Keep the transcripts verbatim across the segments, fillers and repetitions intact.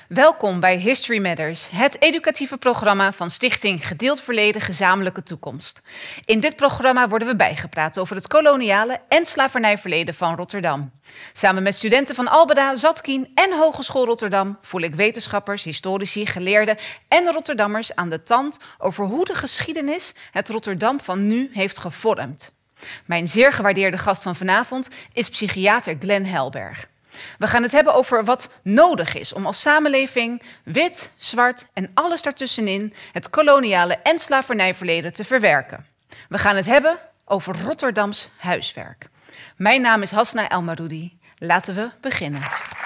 Welkom bij History Matters, het educatieve programma van Stichting Gedeeld Verleden Gezamenlijke Toekomst. In dit programma worden we bijgepraat over het koloniale en slavernijverleden van Rotterdam. Samen met studenten van Albeda, Zatkin en Hogeschool Rotterdam voel ik wetenschappers, historici, geleerden en Rotterdammers aan de tand over hoe de geschiedenis het Rotterdam van nu heeft gevormd. Mijn zeer gewaardeerde gast van vanavond is psychiater Glenn Helberg. We gaan het hebben over wat nodig is om als samenleving wit, zwart en alles daartussenin het koloniale en slavernijverleden te verwerken. We gaan het hebben over Rotterdams huiswerk. Mijn naam is Hasna El-Maroudi. Laten we beginnen.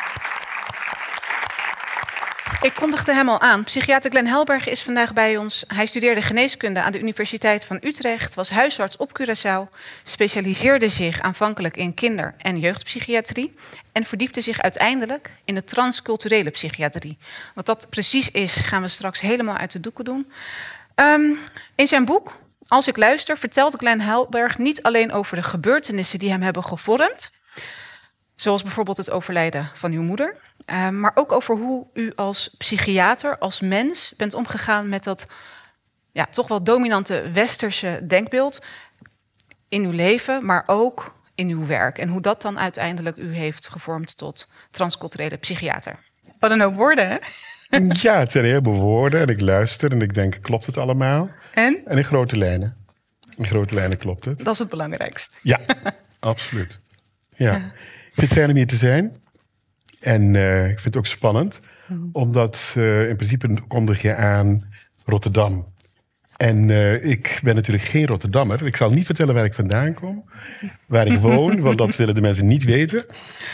Ik kondigde hem al aan. Psychiater Glenn Helberg is vandaag bij ons. Hij studeerde geneeskunde aan de Universiteit van Utrecht, was huisarts op Curaçao, specialiseerde zich aanvankelijk in kinder- en jeugdpsychiatrie en verdiepte zich uiteindelijk in de transculturele psychiatrie. Wat dat precies is, gaan we straks helemaal uit de doeken doen. Um, in zijn boek, Als ik luister, vertelt Glenn Helberg niet alleen over de gebeurtenissen die hem hebben gevormd, zoals bijvoorbeeld het overlijden van uw moeder, Uh, maar ook over hoe u als psychiater, als mens, bent omgegaan met dat ja, toch wel dominante westerse denkbeeld in uw leven, maar ook in uw werk. En hoe dat dan uiteindelijk u heeft gevormd tot transculturele psychiater. Wat een hoop woorden, hè? Ja, het zijn heel veel woorden en ik luister en ik denk, klopt het allemaal? En? En in grote lijnen. In grote lijnen klopt het. Dat is het belangrijkste. Ja, absoluut. Ja. Ik vind het fijn om hier te zijn. En uh, ik vind het ook spannend, mm. omdat uh, in principe kondig je aan Rotterdam. En uh, ik ben natuurlijk geen Rotterdammer. Ik zal niet vertellen waar ik vandaan kom, waar ik woon, want dat willen de mensen niet weten.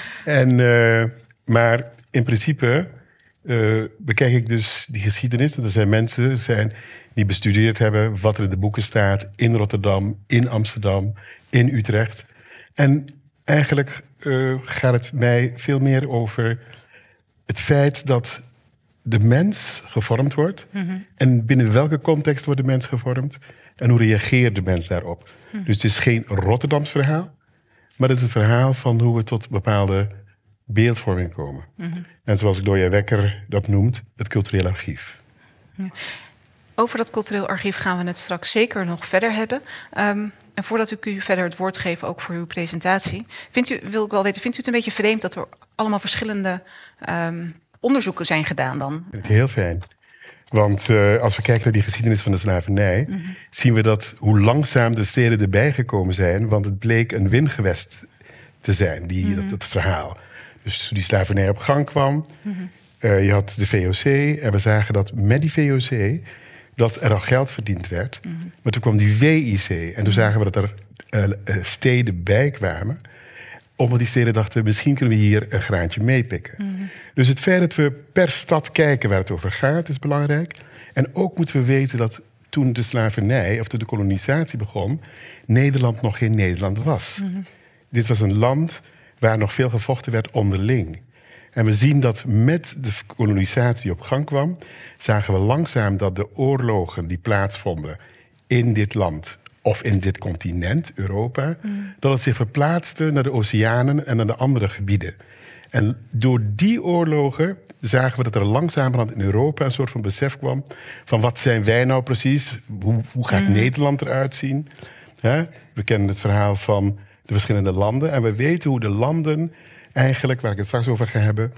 En, uh, maar in principe uh, bekijk ik dus die geschiedenis. Er zijn mensen zijn die bestudeerd hebben wat er in de boeken staat in Rotterdam, in Amsterdam, in Utrecht. En eigenlijk uh, gaat het mij veel meer over het feit dat de mens gevormd wordt. Mm-hmm. En binnen welke context wordt de mens gevormd? En hoe reageert de mens daarop? Mm. Dus het is geen Rotterdams verhaal, maar het is een verhaal van hoe we tot bepaalde beeldvorming komen. Mm-hmm. En zoals Gloria Wekker dat noemt, het cultureel archief. Ja. Over dat cultureel archief gaan we het straks zeker nog verder hebben. Um, en voordat ik u verder het woord geef, ook voor uw presentatie, vindt u, wil ik wel weten, vindt u het een beetje vreemd dat er allemaal verschillende um, onderzoeken zijn gedaan dan? Dat vind ik heel fijn. Want uh, als we kijken naar die geschiedenis van de slavernij, mm-hmm. zien we dat hoe langzaam de steden erbij gekomen zijn, want het bleek een wingewest te zijn, die, mm-hmm. dat, dat verhaal. Dus toen die slavernij op gang kwam, mm-hmm. uh, je had de V O C en we zagen dat met die V O C dat er al geld verdiend werd. Mm-hmm. Maar toen kwam die W I C. En toen mm-hmm. zagen we dat er uh, steden bij kwamen. Omdat die steden dachten, misschien kunnen we hier een graantje meepikken. Mm-hmm. Dus het feit dat we per stad kijken waar het over gaat, is belangrijk. En ook moeten we weten dat toen de slavernij, of toen de kolonisatie begon, Nederland nog geen Nederland was. Mm-hmm. Dit was een land waar nog veel gevochten werd onderling. En we zien dat met de kolonisatie op gang kwam, zagen we langzaam dat de oorlogen die plaatsvonden in dit land of in dit continent, Europa, mm. dat het zich verplaatste naar de oceanen en naar de andere gebieden. En door die oorlogen zagen we dat er langzamerhand in Europa een soort van besef kwam van wat zijn wij nou precies? Hoe, hoe gaat mm. Nederland eruit zien? He? We kennen het verhaal van de verschillende landen en we weten hoe de landen eigenlijk, waar ik het straks over ga hebben,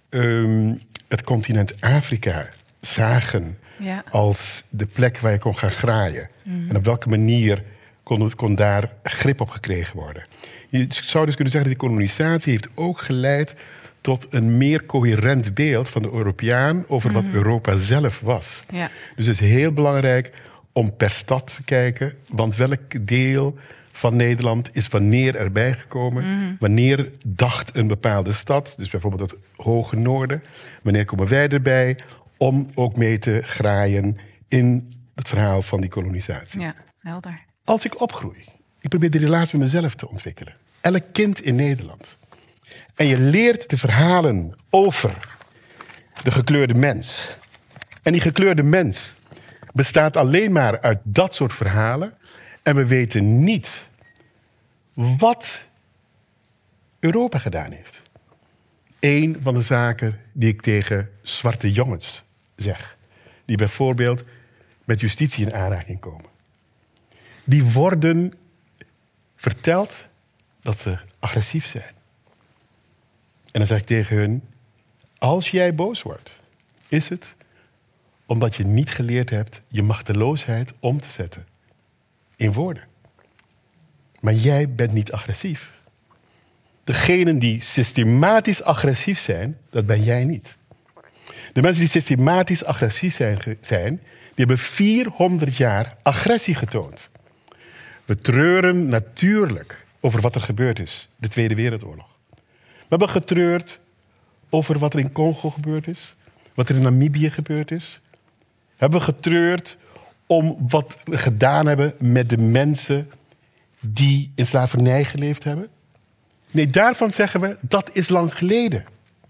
um, het continent Afrika zagen ja. als de plek waar je kon gaan graaien. Mm. En op welke manier kon, kon daar grip op gekregen worden. Je zou dus kunnen zeggen dat die kolonisatie heeft ook geleid tot een meer coherent beeld van de Europeaan over mm. wat Europa zelf was. Ja. Dus het is heel belangrijk om per stad te kijken, want welk deel van Nederland is wanneer erbij gekomen. Mm-hmm. Wanneer dacht een bepaalde stad, dus bijvoorbeeld het Hoge Noorden, wanneer komen wij erbij om ook mee te graaien in het verhaal van die kolonisatie. Ja, helder. Als ik opgroei, ik probeer de relatie met mezelf te ontwikkelen. Elk kind in Nederland. En je leert de verhalen over de gekleurde mens. En die gekleurde mens bestaat alleen maar uit dat soort verhalen. En we weten niet wat Europa gedaan heeft. een van de zaken die ik tegen zwarte jongens zeg. Die bijvoorbeeld met justitie in aanraking komen. Die worden verteld dat ze agressief zijn. En dan zeg ik tegen hun, als jij boos wordt, is het omdat je niet geleerd hebt je machteloosheid om te zetten in woorden. Maar jij bent niet agressief. Degenen die systematisch agressief zijn, dat ben jij niet. De mensen die systematisch agressief zijn, zijn die hebben vierhonderd jaar agressie getoond. We treuren natuurlijk over wat er gebeurd is, de Tweede Wereldoorlog. We hebben getreurd over wat er in Congo gebeurd is, wat er in Namibië gebeurd is. We hebben getreurd om wat we gedaan hebben met de mensen die in slavernij geleefd hebben. Nee, daarvan zeggen we, dat is lang geleden.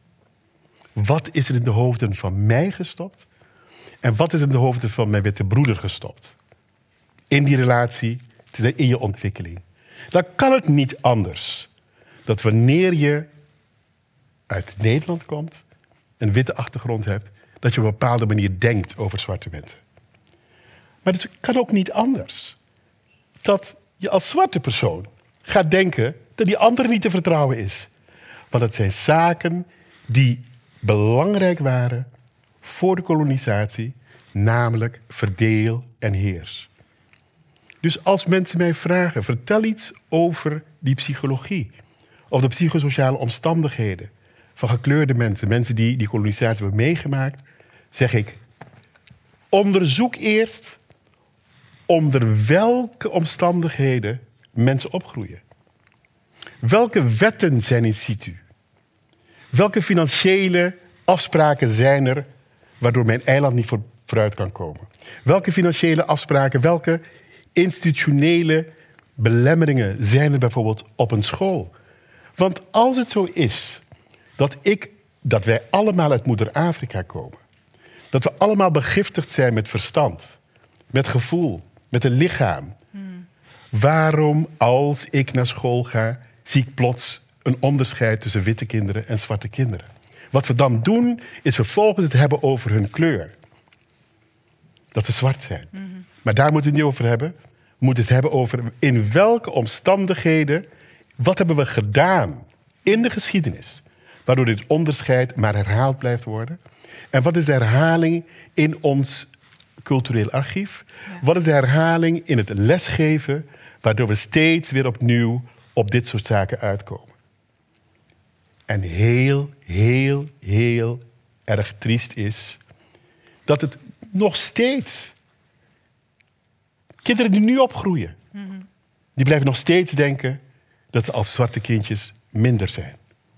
Wat is er in de hoofden van mij gestopt? En wat is er in de hoofden van mijn witte broeder gestopt? In die relatie, in je ontwikkeling. Dan kan het niet anders. Dat wanneer je uit Nederland komt, een witte achtergrond hebt, dat je op een bepaalde manier denkt over zwarte mensen. Maar het kan ook niet anders. Dat je als zwarte persoon gaat denken dat die andere niet te vertrouwen is. Want het zijn zaken die belangrijk waren voor de kolonisatie, namelijk verdeel en heers. Dus als mensen mij vragen, vertel iets over die psychologie of de psychosociale omstandigheden van gekleurde mensen, mensen die die kolonisatie hebben meegemaakt, zeg ik, onderzoek eerst onder welke omstandigheden mensen opgroeien. Welke wetten zijn in situ? Welke financiële afspraken zijn er waardoor mijn eiland niet voor, vooruit kan komen? Welke financiële afspraken, welke institutionele belemmeringen zijn er bijvoorbeeld op een school? Want als het zo is dat, ik, dat wij allemaal uit moeder Afrika komen, dat we allemaal begiftigd zijn met verstand, met gevoel, met een lichaam. Hmm. Waarom, als ik naar school ga, zie ik plots een onderscheid tussen witte kinderen en zwarte kinderen? Wat we dan doen, is vervolgens het hebben over hun kleur. Dat ze zwart zijn. Mm-hmm. Maar daar moeten we het niet over hebben. We moeten het hebben over in welke omstandigheden, wat hebben we gedaan in de geschiedenis, waardoor dit onderscheid maar herhaald blijft worden. En wat is de herhaling in ons cultureel archief? Ja. Wat is de herhaling in het lesgeven, waardoor we steeds weer opnieuw op dit soort zaken uitkomen? En heel, heel, heel erg triest is dat het nog steeds kinderen die nu opgroeien, mm-hmm. die blijven nog steeds denken dat ze als zwarte kindjes minder zijn.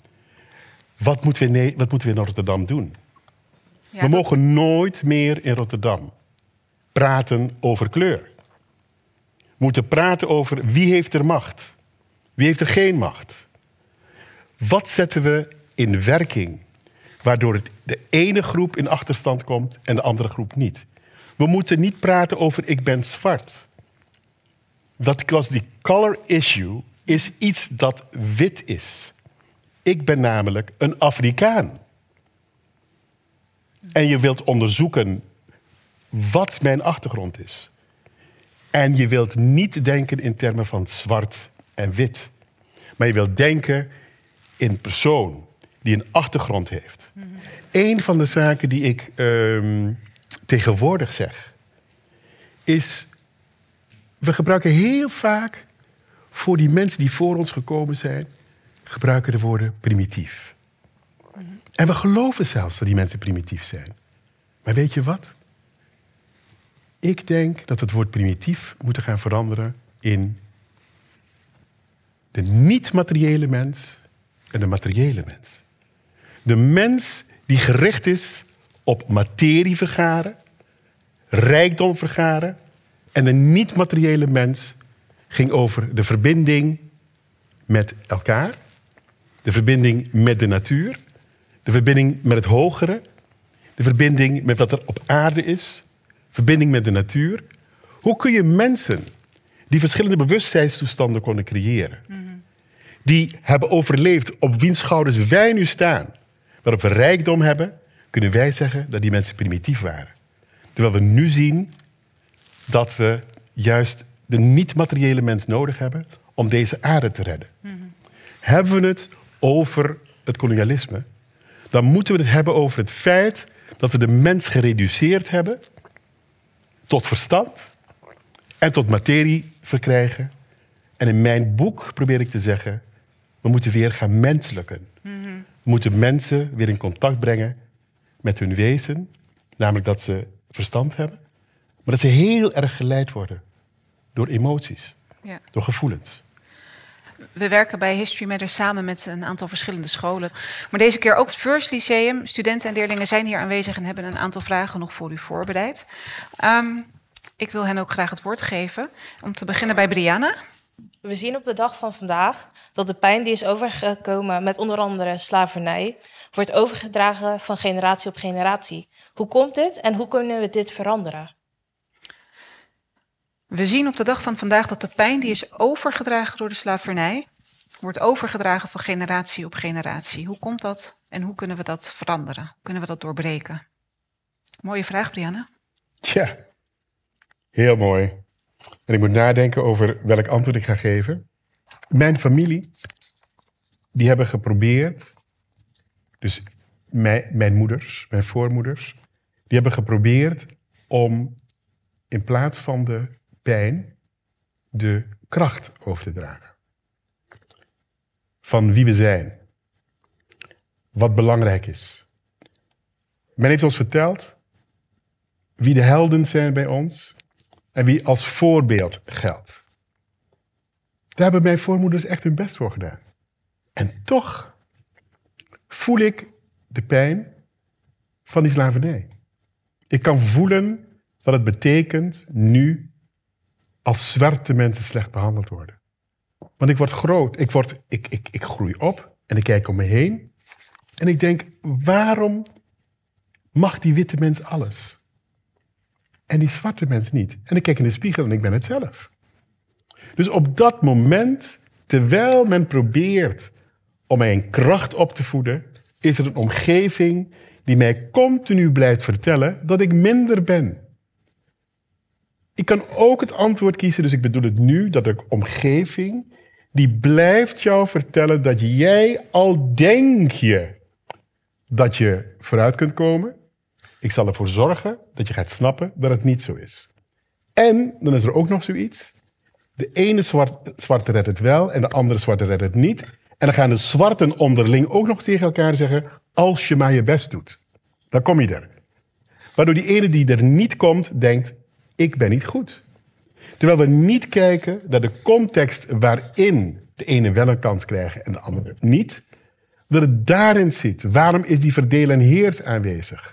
Wat moeten we, wat moeten we in Rotterdam doen? Ja, we mogen nooit meer in Rotterdam praten over kleur. We moeten praten over wie heeft er macht, wie heeft er geen macht. Wat zetten we in werking, waardoor het de ene groep in achterstand komt en de andere groep niet? We moeten niet praten over ik ben zwart. Dat because die color issue is iets dat wit is. Ik ben namelijk een Afrikaan. En je wilt onderzoeken wat mijn achtergrond is. En je wilt niet denken in termen van zwart en wit. Maar je wilt denken in een persoon die een achtergrond heeft. Mm-hmm. Een van de zaken die ik um, tegenwoordig zeg, is, we gebruiken heel vaak voor die mensen die voor ons gekomen zijn, gebruiken de woorden primitief. Mm-hmm. En we geloven zelfs dat die mensen primitief zijn. Maar weet je wat? Ik denk dat we het woord primitief moeten gaan veranderen in de niet-materiële mens en de materiële mens. De mens die gericht is op materie vergaren, rijkdom vergaren. En de niet-materiële mens ging over de verbinding met elkaar, de verbinding met de natuur, de verbinding met het hogere, de verbinding met wat er op aarde is, verbinding met de natuur. Hoe kun je mensen die verschillende bewustzijnstoestanden konden creëren, mm-hmm. die hebben overleefd, op wiens schouders wij nu staan, waarop we rijkdom hebben, kunnen wij zeggen dat die mensen primitief waren. Terwijl we nu zien dat we juist de niet-materiële mens nodig hebben om deze aarde te redden. Mm-hmm. Hebben we het over het kolonialisme, dan moeten we het hebben over het feit dat we de mens gereduceerd hebben tot verstand en tot materie verkrijgen. En in mijn boek probeer ik te zeggen, we moeten weer gaan menselijken. Mm-hmm. We moeten mensen weer in contact brengen met hun wezen, namelijk dat ze verstand hebben, maar dat ze heel erg geleid worden door emoties, ja. door gevoelens. We werken bij History Matters samen met een aantal verschillende scholen. Maar deze keer ook het First Lyceum. Studenten en leerlingen zijn hier aanwezig en hebben een aantal vragen nog voor u voorbereid. Um, ik wil hen ook graag het woord geven. Om te beginnen bij Brianna. We zien op de dag van vandaag dat de pijn die is overgekomen met onder andere slavernij wordt overgedragen van generatie op generatie. Hoe komt dit en hoe kunnen we dit veranderen? We zien op de dag van vandaag dat de pijn die is overgedragen door de slavernij wordt overgedragen van generatie op generatie. Hoe komt dat en hoe kunnen we dat veranderen? Hoe kunnen we dat doorbreken? Mooie vraag, Brianna. Tja, heel mooi. En ik moet nadenken over welk antwoord ik ga geven. Mijn familie, die hebben geprobeerd, dus mijn, mijn moeders, mijn voormoeders, die hebben geprobeerd om in plaats van de pijn de kracht over te dragen. Van wie we zijn. Wat belangrijk is. Men heeft ons verteld wie de helden zijn bij ons en wie als voorbeeld geldt. Daar hebben mijn voormoeders echt hun best voor gedaan. En toch voel ik de pijn van die slavernij. Ik kan voelen wat het betekent nu als zwarte mensen slecht behandeld worden. Want ik word groot, ik, word, ik, ik, ik groei op en ik kijk om me heen. En ik denk, waarom mag die witte mens alles? En die zwarte mens niet. En ik kijk in de spiegel en ik ben het zelf. Dus op dat moment, terwijl men probeert om mij een kracht op te voeden, is er een omgeving die mij continu blijft vertellen dat ik minder ben. Ik kan ook het antwoord kiezen, dus ik bedoel het nu, dat de omgeving die blijft jou vertellen dat jij, al denk je dat je vooruit kunt komen, ik zal ervoor zorgen dat je gaat snappen dat het niet zo is. En dan is er ook nog zoiets. De ene zwart, zwarte redt het wel en de andere zwarte redt het niet. En dan gaan de zwarten onderling ook nog tegen elkaar zeggen, als je maar je best doet, dan kom je er. Waardoor die ene die er niet komt, denkt, ik ben niet goed. Terwijl we niet kijken naar de context waarin de ene wel een kans krijgt en de andere niet. Dat het daarin zit. Waarom is die verdeel en heers aanwezig?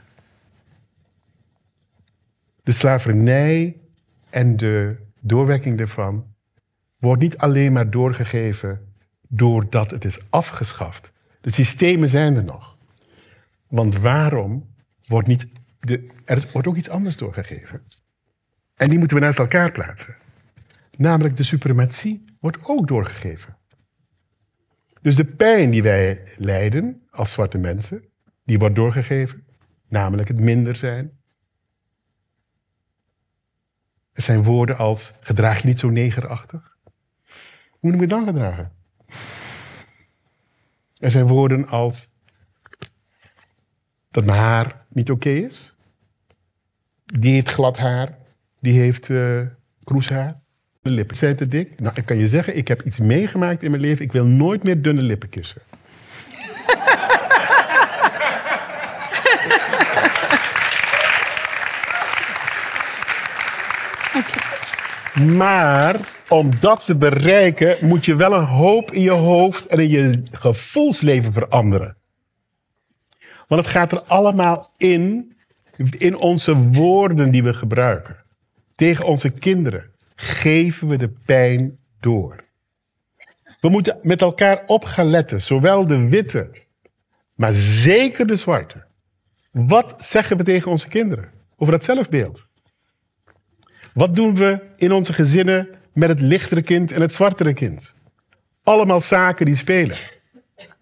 De slavernij en de doorwerking daarvan wordt niet alleen maar doorgegeven doordat het is afgeschaft. De systemen zijn er nog. Want waarom wordt niet... De, er wordt ook iets anders doorgegeven. En die moeten we naast elkaar plaatsen. Namelijk de suprematie wordt ook doorgegeven. Dus de pijn die wij lijden als zwarte mensen, die wordt doorgegeven. Namelijk het minder zijn. Er zijn woorden als, gedraag je niet zo negerachtig? Hoe moet ik me dan gedragen? Er zijn woorden als, dat mijn haar niet oké is. Die heeft glad haar. Die heeft uh, kroeshaar. De lippen zijn te dik. Nou, ik kan je zeggen, ik heb iets meegemaakt in mijn leven. Ik wil nooit meer dunne lippen kussen. Maar om dat te bereiken moet je wel een hoop in je hoofd en in je gevoelsleven veranderen. Want het gaat er allemaal in, in onze woorden die we gebruiken. Tegen onze kinderen geven we de pijn door. We moeten met elkaar op gaan letten, zowel de witte, maar zeker de zwarte. Wat zeggen we tegen onze kinderen over dat zelfbeeld? Wat doen we in onze gezinnen met het lichtere kind en het zwartere kind? Allemaal zaken die spelen.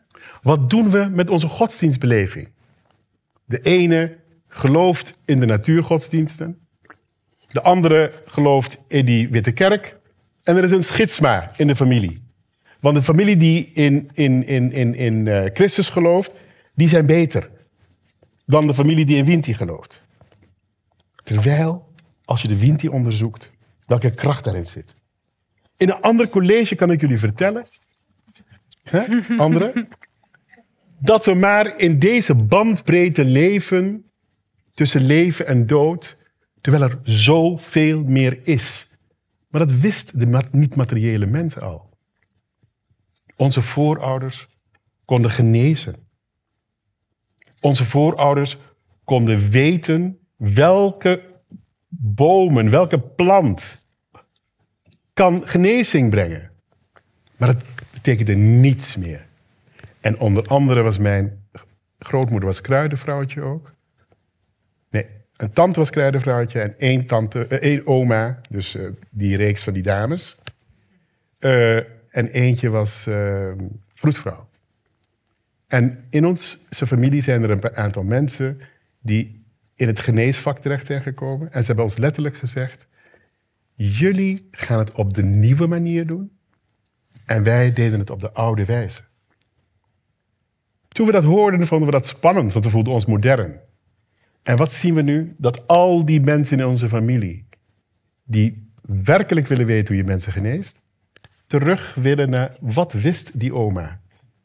Wat doen we met onze godsdienstbeleving? De ene gelooft in de natuurgodsdiensten. De andere gelooft in die witte kerk. En er is een schisma in de familie. Want de familie die in, in, in, in, in uh, Christus gelooft, die zijn beter dan de familie die in Winti gelooft. Terwijl, als je de Winti onderzoekt, welke kracht daarin zit. In een ander college kan ik jullie vertellen, hè, andere, dat we maar in deze bandbreedte leven tussen leven en dood, terwijl er zoveel meer is. Maar dat wist de niet-materiële mens al. Onze voorouders konden genezen. Onze voorouders konden weten welke bomen, welke plant kan genezing brengen. Maar dat betekende niets meer. En onder andere was mijn grootmoeder was kruidenvrouwtje ook. Nee, een tante was kruidenvrouwtje en één, tante, uh, één oma, dus uh, die reeks van die dames. Uh, en eentje was uh, vroedvrouw. En in onze familie zijn er een aantal mensen die in het geneesvak terecht zijn gekomen. En ze hebben ons letterlijk gezegd, jullie gaan het op de nieuwe manier doen en wij deden het op de oude wijze. Toen we dat hoorden, vonden we dat spannend, want we voelden ons modern. En wat zien we nu? Dat al die mensen in onze familie, die werkelijk willen weten hoe je mensen geneest, terug willen naar wat wist die oma.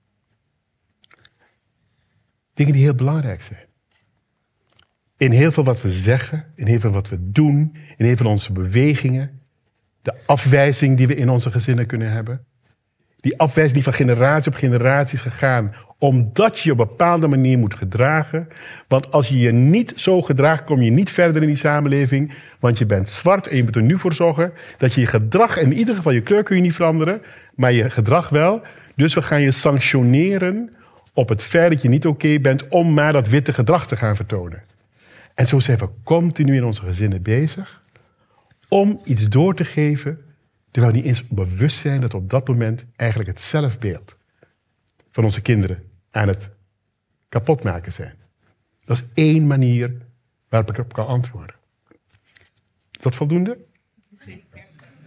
Dingen die heel belangrijk zijn. In heel veel wat we zeggen, in heel veel wat we doen, in heel veel onze bewegingen, de afwijzing die we in onze gezinnen kunnen hebben, die afwijzing die van generatie op generatie is gegaan, omdat je op een bepaalde manier moet gedragen. Want als je je niet zo gedraagt, kom je niet verder in die samenleving. Want je bent zwart en je moet er nu voor zorgen dat je je gedrag, en in ieder geval je kleur kun je niet veranderen, maar je gedrag wel. Dus we gaan je sanctioneren op het feit dat je niet oké bent om maar dat witte gedrag te gaan vertonen. En zo zijn we continu in onze gezinnen bezig om iets door te geven, terwijl we niet eens bewust zijn dat we op dat moment eigenlijk het zelfbeeld van onze kinderen aan het kapotmaken zijn. Dat is één manier waarop ik op kan antwoorden. Is dat voldoende? Zeker.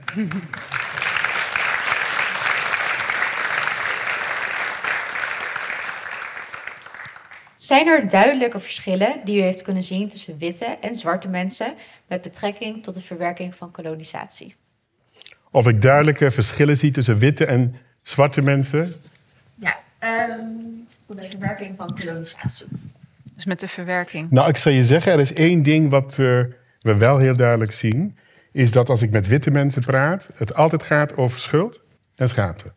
Zijn er duidelijke verschillen die u heeft kunnen zien tussen witte en zwarte mensen met betrekking tot de verwerking van kolonisatie? Of ik duidelijke verschillen zie tussen witte en zwarte mensen? Ja, um, tot de verwerking van kolonisatie. Dus met de verwerking. Nou, ik zal je zeggen, er is één ding wat uh, we wel heel duidelijk zien, is dat als ik met witte mensen praat, het altijd gaat over schuld en schaamte.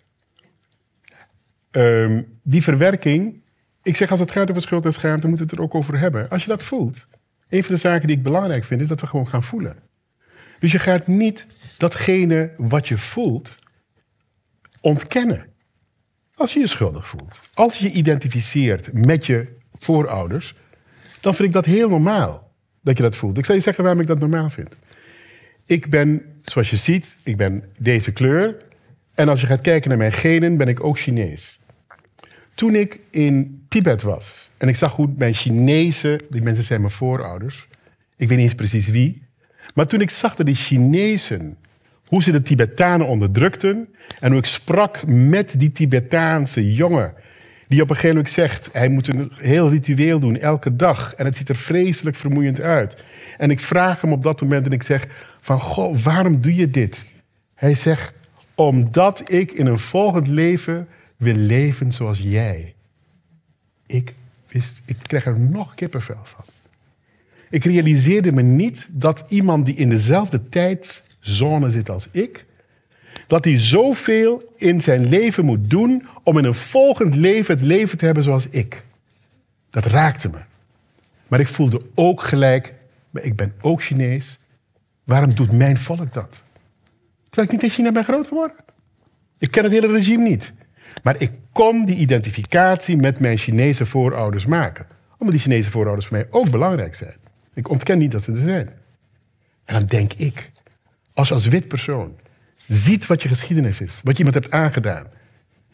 Um, die verwerking, ik zeg als het gaat over schuld en schaamte, moeten we het er ook over hebben. Als je dat voelt, een van de zaken die ik belangrijk vind, is dat we gewoon gaan voelen. Dus je gaat niet datgene wat je voelt ontkennen. Als je je schuldig voelt, als je je identificeert met je voorouders, dan vind ik dat heel normaal dat je dat voelt. Ik zal je zeggen waarom ik dat normaal vind. Ik ben, zoals je ziet, ik ben deze kleur. En als je gaat kijken naar mijn genen, ben ik ook Chinees. Toen ik in Tibet was en ik zag hoe mijn Chinese, die mensen zijn mijn voorouders, ik weet niet eens precies wie, maar toen ik zag dat die Chinezen, hoe ze de Tibetanen onderdrukten en hoe ik sprak met die Tibetaanse jongen, die op een gegeven moment zegt, hij moet een heel ritueel doen, elke dag. En het ziet er vreselijk vermoeiend uit. En ik vraag hem op dat moment en ik zeg van, goh, waarom doe je dit? Hij zegt, omdat ik in een volgend leven wil leven zoals jij. Ik wist, ik kreeg er nog kippenvel van. Ik realiseerde me niet dat iemand die in dezelfde tijdzone zit als ik, dat hij zoveel in zijn leven moet doen om in een volgend leven het leven te hebben zoals ik. Dat raakte me. Maar ik voelde ook gelijk, maar ik ben ook Chinees. Waarom doet mijn volk dat? Terwijl ik niet in China ben groot geworden. Ik ken het hele regime niet. Maar ik kon die identificatie met mijn Chinese voorouders maken. Omdat die Chinese voorouders voor mij ook belangrijk zijn. Ik ontken niet dat ze er zijn. En dan denk ik, als je als wit persoon ziet wat je geschiedenis is, wat je iemand hebt aangedaan,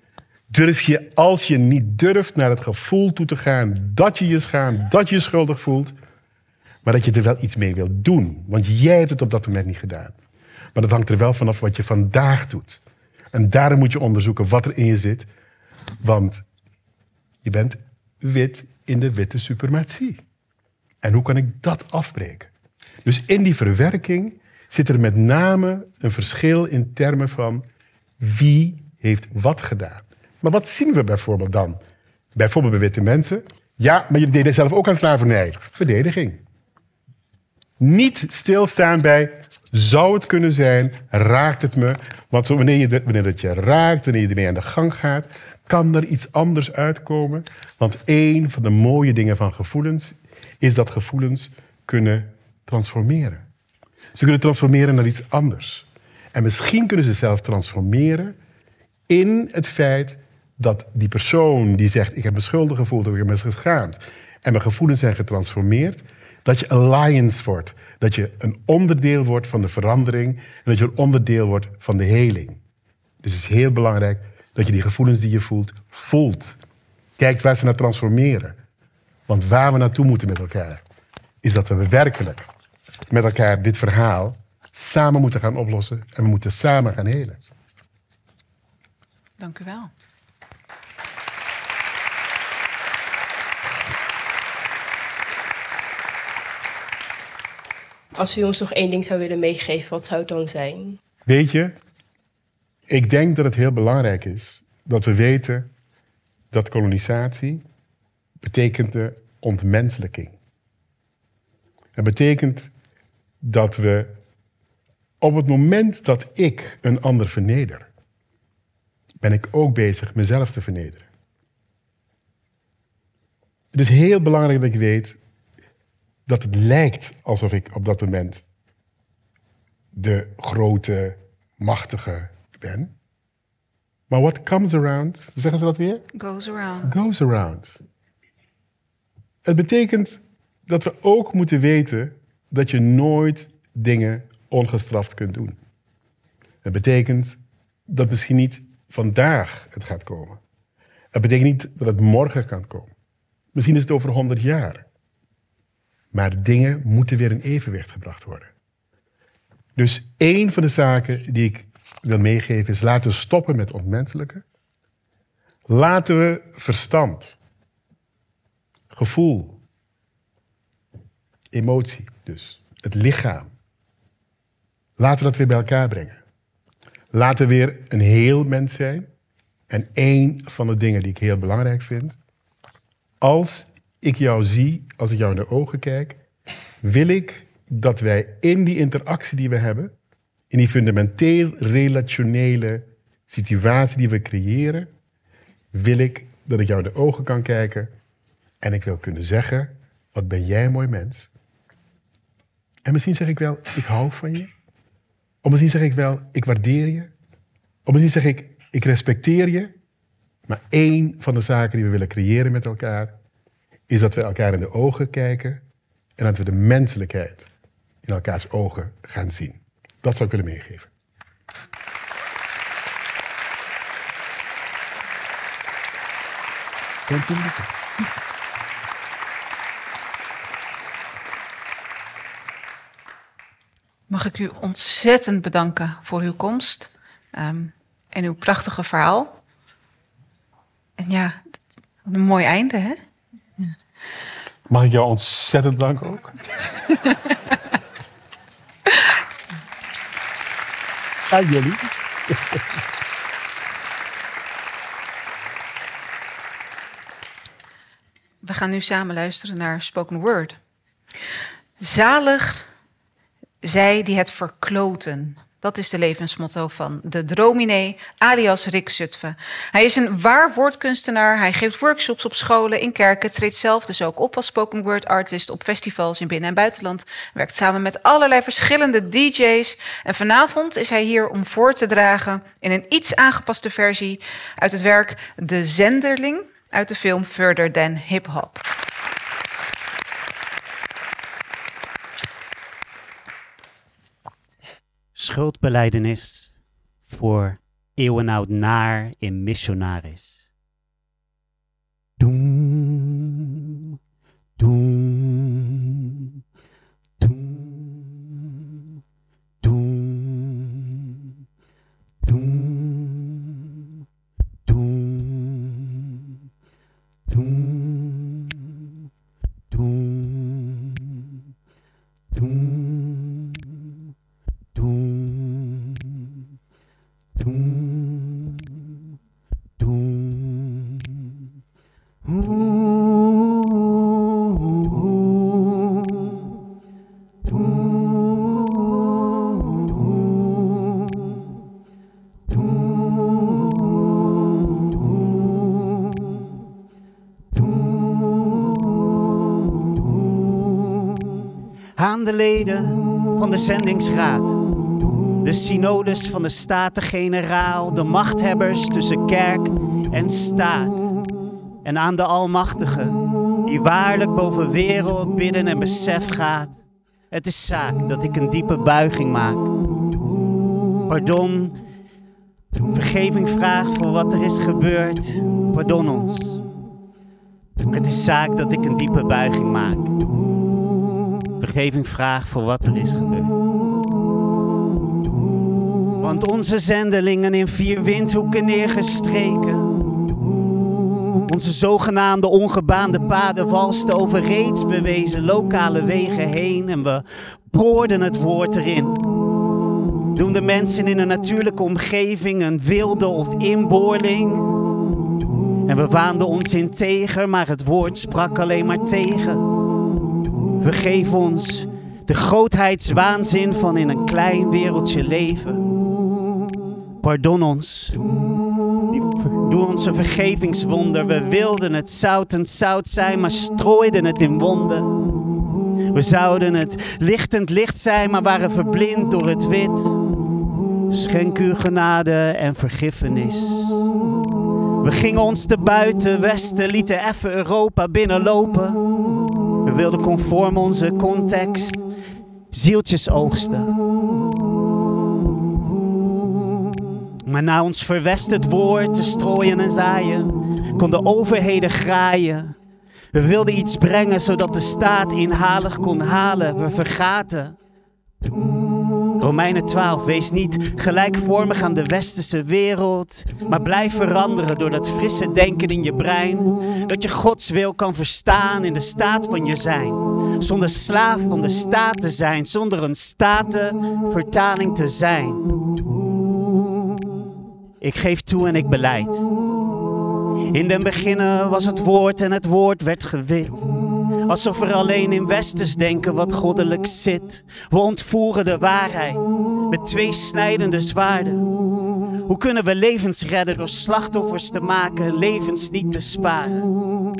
Durf je, als je niet durft, naar het gevoel toe te gaan dat je je schaamt, dat je je schuldig voelt, maar dat je er wel iets mee wilt doen. Want jij hebt het op dat moment niet gedaan. Maar dat hangt er wel vanaf wat je vandaag doet. En daarom moet je onderzoeken wat er in je zit. Want je bent wit in de witte suprematie. En hoe kan ik dat afbreken? Dus in die verwerking zit er met name een verschil in termen van wie heeft wat gedaan. Maar wat zien we bijvoorbeeld dan? Bijvoorbeeld bij witte mensen. Ja, maar je deed zelf ook aan slavernij. Verdediging. Niet stilstaan bij, zou het kunnen zijn, raakt het me? Want zo, wanneer, je, wanneer het je raakt, wanneer je ermee aan de gang gaat, kan er iets anders uitkomen. Want één van de mooie dingen van gevoelens is dat gevoelens kunnen transformeren. Ze kunnen transformeren naar iets anders. En misschien kunnen ze zelfs transformeren in het feit dat die persoon die zegt, ik heb me schuldig gevoeld, of ik heb me geschaamd, en mijn gevoelens zijn getransformeerd, dat je alliance wordt. Dat je een onderdeel wordt van de verandering en dat je een onderdeel wordt van de heling. Dus het is heel belangrijk dat je die gevoelens die je voelt, voelt. Kijkt waar ze naar transformeren. Want waar we naartoe moeten met elkaar, is dat we werkelijk met elkaar dit verhaal samen moeten gaan oplossen en we moeten samen gaan helen. Dank u wel. Als u ons nog één ding zou willen meegeven, wat zou het dan zijn? Weet je, ik denk dat het heel belangrijk is dat we weten dat kolonisatie betekent de ontmenselijking. Het betekent dat we op het moment dat ik een ander verneder, ben ik ook bezig mezelf te vernederen. Het is heel belangrijk dat ik weet dat het lijkt alsof ik op dat moment de grote, machtige ben. Maar what comes around, zeggen ze dat weer? Goes around. Goes around. Het betekent dat we ook moeten weten dat je nooit dingen ongestraft kunt doen. Het betekent dat misschien niet vandaag het gaat komen. Het betekent niet dat het morgen kan komen. Misschien is het over honderd jaar. Maar dingen moeten weer in evenwicht gebracht worden. Dus één van de zaken die ik wil meegeven is, laten we stoppen met ontmenselijken. Laten we verstand, gevoel, emotie dus, het lichaam, laten we dat weer bij elkaar brengen. Laten we weer een heel mens zijn. En één van de dingen die ik heel belangrijk vind, als ik jou zie, als ik jou in de ogen kijk, wil ik dat wij in die interactie die we hebben, in die fundamenteel relationele situatie die we creëren, wil ik dat ik jou in de ogen kan kijken en ik wil kunnen zeggen, wat ben jij een mooi mens. En misschien zeg ik wel, ik hou van je. Of misschien zeg ik wel, ik waardeer je. Of misschien zeg ik, ik respecteer je. Maar één van de zaken die we willen creëren met elkaar, is dat we elkaar in de ogen kijken en dat we de menselijkheid in elkaars ogen gaan zien. Dat zou ik willen meegeven. Mag ik u ontzettend bedanken voor uw komst um, en uw prachtige verhaal. En ja, een mooi einde, hè? Ja. Mag ik jou ontzettend danken ook? Aan jullie. We gaan nu samen luisteren naar Spoken Word. Zalig zij die het verkloten. Dat is de levensmotto van de Drominee, alias Rick Zutphen. Hij is een waar woordkunstenaar. Hij geeft workshops op scholen, in kerken, treedt zelf dus ook op als spoken word artist op festivals in binnen- en buitenland. Werkt samen met allerlei verschillende D J's. En vanavond is hij hier om voor te dragen in een iets aangepaste versie uit het werk De Zenderling uit de film Further Than Hip Hop. Schuldbelijdenis voor eeuwenoud naar in missionaris. aan de leden van de zendingsraad, de synodes van de Staten-Generaal, de machthebbers tussen kerk en staat. En aan de Almachtige, die waarlijk boven wereld, bidden en besef gaat. Het is zaak dat ik een diepe buiging maak. Pardon, vergeving vraag voor wat er is gebeurd. Pardon ons. Het is zaak dat ik een diepe buiging maak. Vergeving vraag voor wat er is gebeurd. Want onze zendelingen in vier windhoeken neergestreken. Onze zogenaamde ongebaande paden walsten over reeds bewezen lokale wegen heen. En we boorden het woord erin. Noemden mensen in een natuurlijke omgeving een wilde of inboorling. En we waanden ons integer, maar het woord sprak alleen maar tegen. Vergeef ons de grootheidswaanzin van in een klein wereldje leven. Pardon ons. Doe ons een vergevingswonder. We wilden het zoutend zout zijn, maar strooiden het in wonden. We zouden het lichtend licht zijn, maar waren verblind door het wit. Schenk uw genade en vergiffenis. We gingen ons te buiten westen, lieten even Europa binnenlopen. We wilden conform onze context zieltjes oogsten. Maar na ons verwest het woord te strooien en zaaien, konden overheden graaien. We wilden iets brengen zodat de staat inhalig kon halen. We vergaten. Romeinen twaalf, wees niet gelijkvormig aan de westerse wereld, maar blijf veranderen door dat frisse denken in je brein, dat je Gods wil kan verstaan in de staat van je zijn. Zonder slaaf van de staat te zijn, zonder een statenvertaling te zijn. Ik geef toe en ik beleid. In den beginnen was het woord en het woord werd gewit. Alsof er alleen in westers denken wat goddelijk zit. We ontvoeren de waarheid met twee snijdende zwaarden. Hoe kunnen we levens redden door slachtoffers te maken, levens niet te sparen?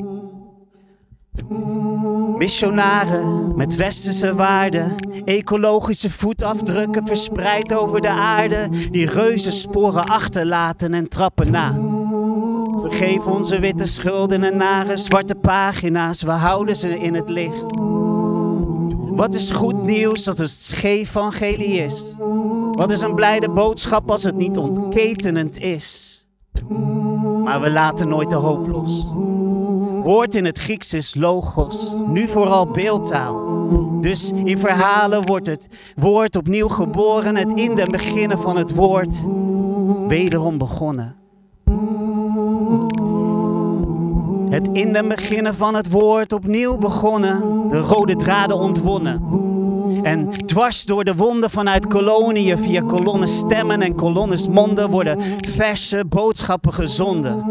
Missionaren met westerse waarden, ecologische voetafdrukken verspreid over de aarde, die reuzensporen achterlaten en trappen na. Vergeef onze witte schulden en nare zwarte pagina's, we houden ze in het licht. Wat is goed nieuws als het scheef evangelie is? Wat is een blijde boodschap als het niet ontketenend is? Maar we laten nooit de hoop los. Woord in het Grieks is logos, nu vooral beeldtaal. Dus in verhalen wordt het woord opnieuw geboren, het in den beginnen van het woord wederom begonnen. Het in den beginnen van het woord opnieuw begonnen, de rode draden ontwonnen. En dwars door de wonden vanuit koloniën via kolonnes stemmen en kolonnes monden worden verse boodschappen gezonden.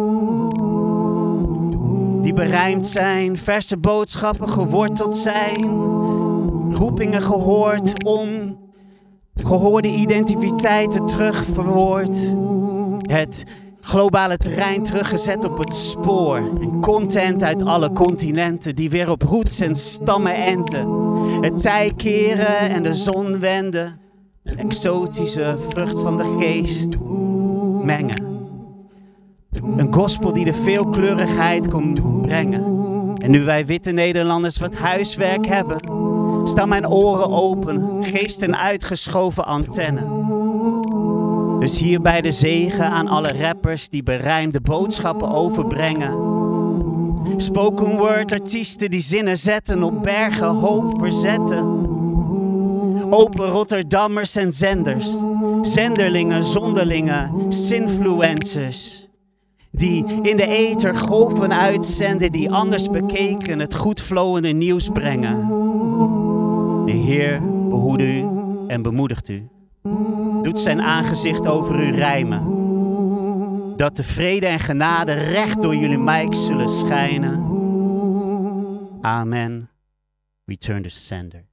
Die berijmd zijn, verse boodschappen geworteld zijn, roepingen gehoord om, gehoorde identiteiten terugverwoord, het globale terrein teruggezet op het spoor en content uit alle continenten die weer op roots en stammen enten, het tij keren en de zon wenden, een exotische vrucht van de geest mengen. Een gospel die de veelkleurigheid kon brengen. En nu wij witte Nederlanders wat huiswerk hebben, staan mijn oren open, geesten uitgeschoven antenne. Dus hier bij de zegen aan alle rappers die berijmde boodschappen overbrengen. Spoken word artiesten die zinnen zetten op bergen hoop verzetten. Open Rotterdammers en zenders, zenderlingen, zonderlingen, sinfluencers. Die in de ether golven uitzenden, die anders bekeken het goed flowende nieuws brengen. De Heer behoedt u en bemoedigt u. Doet zijn aangezicht over u rijmen. Dat de vrede en genade recht door jullie mics zullen schijnen. Amen. Return to sender.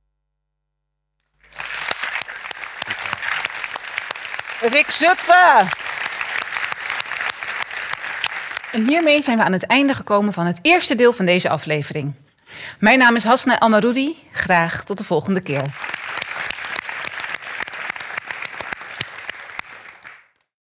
Rick Zutphen! En hiermee zijn we aan het einde gekomen van het eerste deel van deze aflevering. Mijn naam is Hasna Almaroudi. Graag tot de volgende keer.